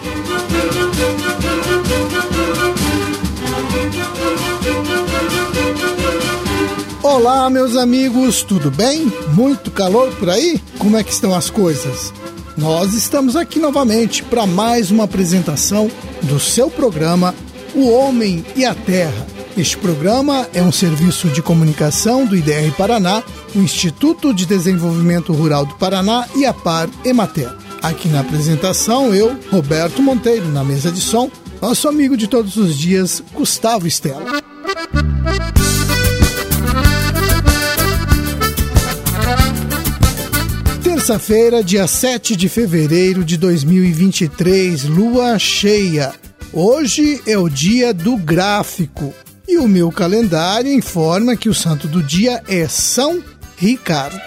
Olá, meus amigos, tudo bem? Muito calor por aí? Como é que estão as coisas? Nós estamos aqui novamente para mais uma apresentação do seu programa O Homem e a Terra. Este programa é um serviço de comunicação do IDR Paraná, o Instituto de Desenvolvimento Rural do Paraná e a Par Emater. Aqui na apresentação, eu, Roberto Monteiro, na mesa de som, nosso amigo de todos os dias, Gustavo Stella. Terça-feira, dia 7 de fevereiro de 2023, lua cheia. Hoje é o dia do gráfico e o meu calendário informa que o santo do dia é São Ricardo.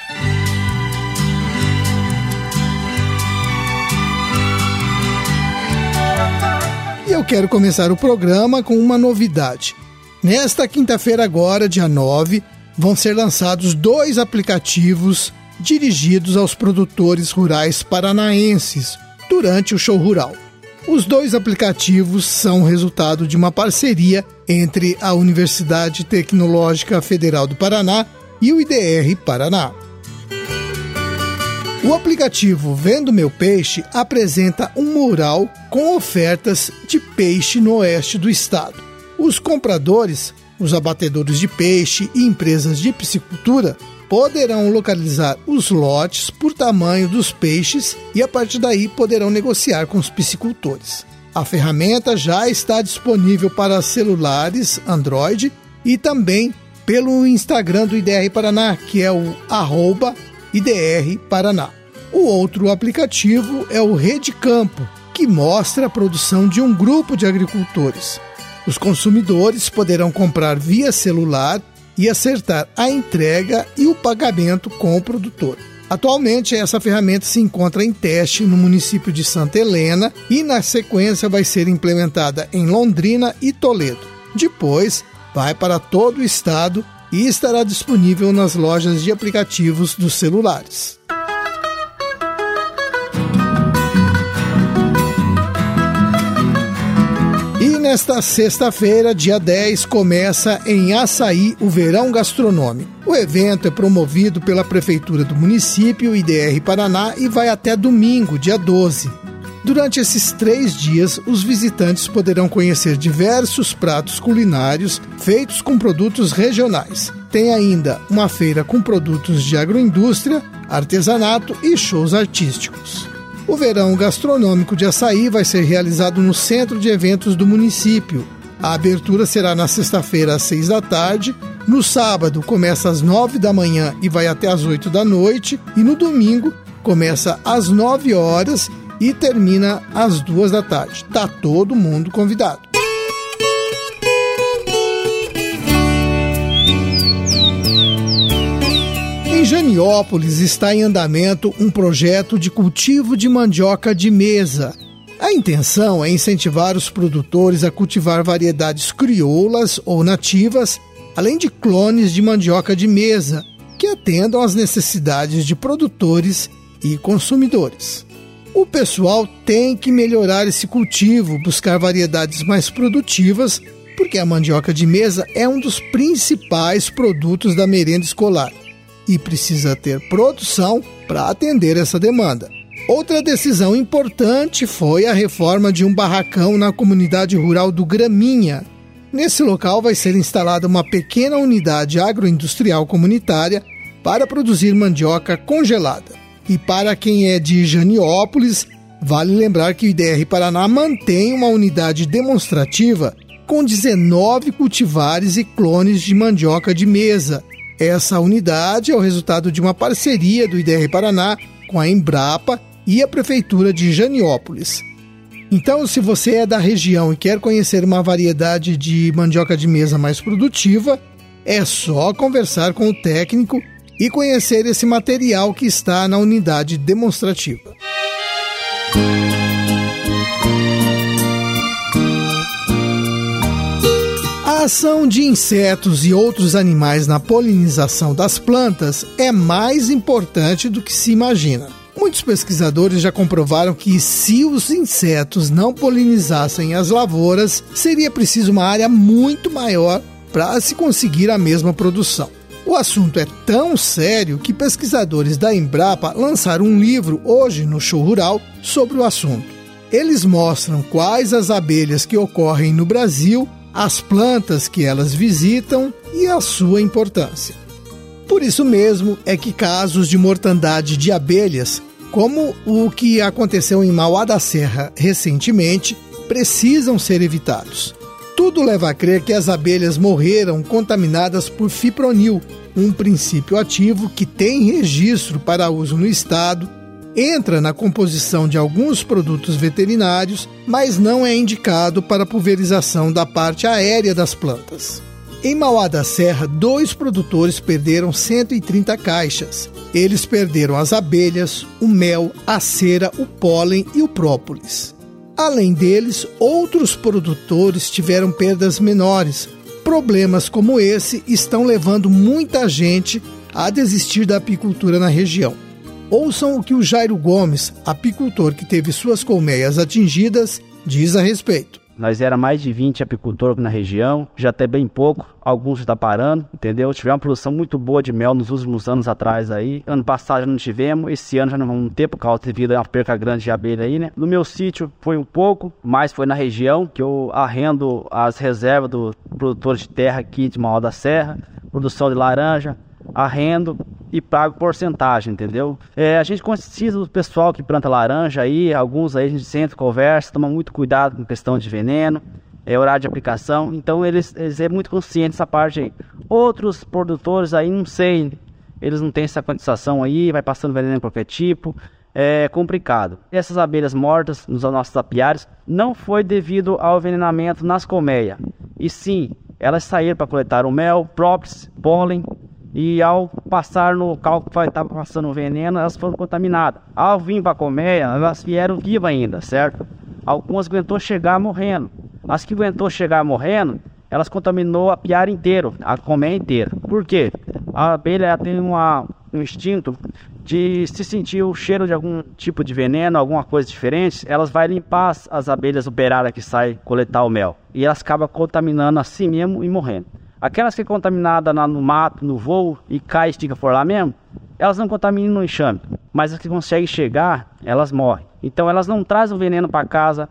E eu quero começar o programa com uma novidade. Nesta quinta-feira agora, dia 9, vão ser lançados 2 aplicativos dirigidos aos produtores rurais paranaenses durante o Show Rural. Os 2 aplicativos são resultado de uma parceria entre a Universidade Tecnológica Federal do Paraná e o IDR Paraná. O aplicativo Vendo Meu Peixe apresenta um mural com ofertas de peixe no oeste do estado. Os compradores, os abatedores de peixe e empresas de piscicultura poderão localizar os lotes por tamanho dos peixes e a partir daí poderão negociar com os piscicultores. A ferramenta já está disponível para celulares Android e também pelo Instagram do IDR Paraná, que é o @IDR Paraná. O outro aplicativo é o Rede Campo, que mostra a produção de um grupo de agricultores. Os consumidores poderão comprar via celular e acertar a entrega e o pagamento com o produtor. Atualmente, essa ferramenta se encontra em teste no município de Santa Helena e, na sequência, vai ser implementada em Londrina e Toledo. Depois, vai para todo o estado e estará disponível nas lojas de aplicativos dos celulares. Nesta sexta-feira, dia 10, começa em Açaí o Verão Gastronômico. O evento é promovido pela Prefeitura do município, IDR Paraná, e vai até domingo, dia 12. Durante esses 3 dias, os visitantes poderão conhecer diversos pratos culinários feitos com produtos regionais. Tem ainda uma feira com produtos de agroindústria, artesanato e shows artísticos. O Verão Gastronômico de Açaí vai ser realizado no Centro de Eventos do município. A abertura será na sexta-feira às 6 da tarde, no sábado começa às 9 da manhã e vai até às 8 da noite, e no domingo começa às 9 horas e termina às 2 da tarde. Tá todo mundo convidado. Em Janiópolis está em andamento um projeto de cultivo de mandioca de mesa. A intenção é incentivar os produtores a cultivar variedades crioulas ou nativas, além de clones de mandioca de mesa, que atendam às necessidades de produtores e consumidores. O pessoal tem que melhorar esse cultivo, buscar variedades mais produtivas, porque a mandioca de mesa é um dos principais produtos da merenda escolar e precisa ter produção para atender essa demanda. Outra decisão importante foi a reforma de um barracão na comunidade rural do Graminha. Nesse local vai ser instalada uma pequena unidade agroindustrial comunitária para produzir mandioca congelada. E para quem é de Janiópolis, vale lembrar que o IDR Paraná mantém uma unidade demonstrativa com 19 cultivares e clones de mandioca de mesa. Essa unidade é o resultado de uma parceria do IDR Paraná com a Embrapa e a Prefeitura de Janiópolis. Então, se você é da região e quer conhecer uma variedade de mandioca de mesa mais produtiva, é só conversar com o técnico e conhecer esse material que está na unidade demonstrativa. A ação de insetos e outros animais na polinização das plantas é mais importante do que se imagina. Muitos pesquisadores já comprovaram que se os insetos não polinizassem as lavouras, seria preciso uma área muito maior para se conseguir a mesma produção. O assunto é tão sério que pesquisadores da Embrapa lançaram um livro hoje no Show Rural sobre o assunto. Eles mostram quais as abelhas que ocorrem no Brasil, as plantas que elas visitam e a sua importância. Por isso mesmo é que casos de mortandade de abelhas, como o que aconteceu em Mauá da Serra recentemente, precisam ser evitados. Tudo leva a crer que as abelhas morreram contaminadas por fipronil, um princípio ativo que tem registro para uso no estado, entra na composição de alguns produtos veterinários, mas não é indicado para pulverização da parte aérea das plantas. Em Mauá da Serra, 2 produtores perderam 130 caixas. Eles perderam as abelhas, o mel, a cera, o pólen e o própolis. Além deles, outros produtores tiveram perdas menores. Problemas como esse estão levando muita gente a desistir da apicultura na região. Ouçam o que o Jairo Gomes, apicultor que teve suas colmeias atingidas, diz a respeito. Nós era mais de 20 apicultores na região, já até bem pouco, alguns já estão parando, entendeu? Tivemos uma produção muito boa de mel nos últimos anos atrás aí. Ano passado já não tivemos, esse ano já não vamos ter por causa devido a uma perca grande de abelha aí, né? No meu sítio foi um pouco, mas foi na região que eu arrendo as reservas dos produtores de terra aqui de Mauá da Serra, produção de laranja, arrendo e pago porcentagem, entendeu? A gente precisa do pessoal que planta laranja aí, alguns aí a gente senta, conversa, toma muito cuidado com questão de veneno, horário de aplicação, então eles é muito consciente dessa parte aí. Outros produtores aí, não sei, eles não têm essa quantização aí, vai passando veneno de qualquer tipo, é complicado. Essas abelhas mortas nos nossos apiários não foi devido ao envenenamento nas colmeias, e sim, elas saíram para coletar o mel, própolis, pólen, e ao passar no local que estava passando o veneno, elas foram contaminadas. Ao vir para a colmeia, elas vieram vivas ainda, certo? Algumas aguentou chegar morrendo. As que aguentou chegar morrendo, elas contaminou a apiário inteiro, a colmeia inteira. Por quê? A abelha tem um instinto de se sentir o cheiro de algum tipo de veneno, alguma coisa diferente, elas vão limpar as abelhas operárias que saem coletar o mel. E elas acabam contaminando a si mesmo e morrendo. Aquelas que é contaminada no mato, no voo e cai e estica por lá mesmo, elas não contaminam no enxame. Mas as que conseguem chegar, elas morrem. Então elas não trazem o veneno para casa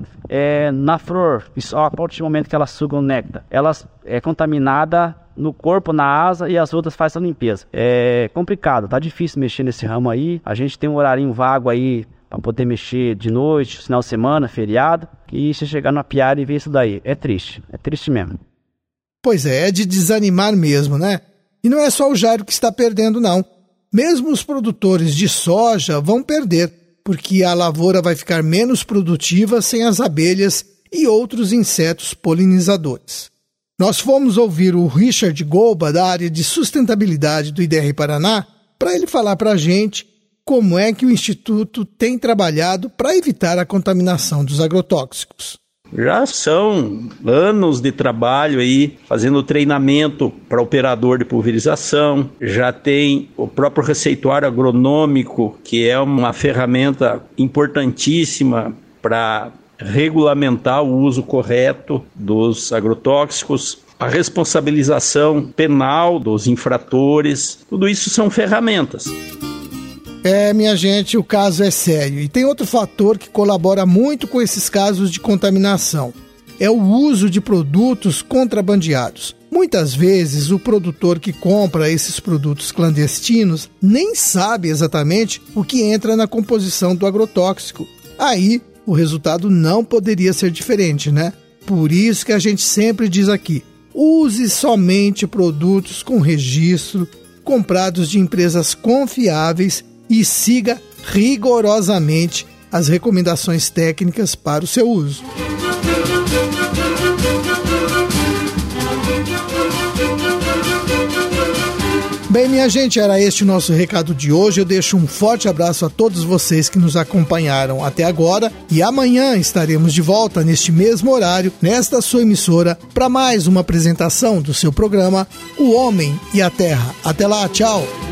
na flor, só a partir do momento que elas sugam o néctar. Elas é contaminada no corpo, na asa e as outras fazem a limpeza. É complicado, tá difícil mexer nesse ramo aí. A gente tem um horarinho vago aí para poder mexer de noite, final de semana, feriado. E se chegar no apiário e ver isso daí, é triste mesmo. Pois é de desanimar mesmo, né? E não é só o Jairo que está perdendo, não. Mesmo os produtores de soja vão perder, porque a lavoura vai ficar menos produtiva sem as abelhas e outros insetos polinizadores. Nós fomos ouvir o Richard Golba, da área de sustentabilidade do IDR Paraná, para ele falar para a gente como é que o Instituto tem trabalhado para evitar a contaminação dos agrotóxicos. Já são anos de trabalho aí, fazendo treinamento para operador de pulverização. Já tem o próprio receituário agronômico, que é uma ferramenta importantíssima para regulamentar o uso correto dos agrotóxicos. A responsabilização penal dos infratores, tudo isso são ferramentas. Minha gente, o caso é sério. E tem outro fator que colabora muito com esses casos de contaminação. É o uso de produtos contrabandeados. Muitas vezes, o produtor que compra esses produtos clandestinos nem sabe exatamente o que entra na composição do agrotóxico. Aí, o resultado não poderia ser diferente, né? Por isso que a gente sempre diz aqui, use somente produtos com registro, comprados de empresas confiáveis e siga rigorosamente as recomendações técnicas para o seu uso. Bem, minha gente, era este o nosso recado de hoje. Eu deixo um forte abraço a todos vocês que nos acompanharam até agora e amanhã estaremos de volta neste mesmo horário, nesta sua emissora, para mais uma apresentação do seu programa O Homem e a Terra. Até lá, tchau!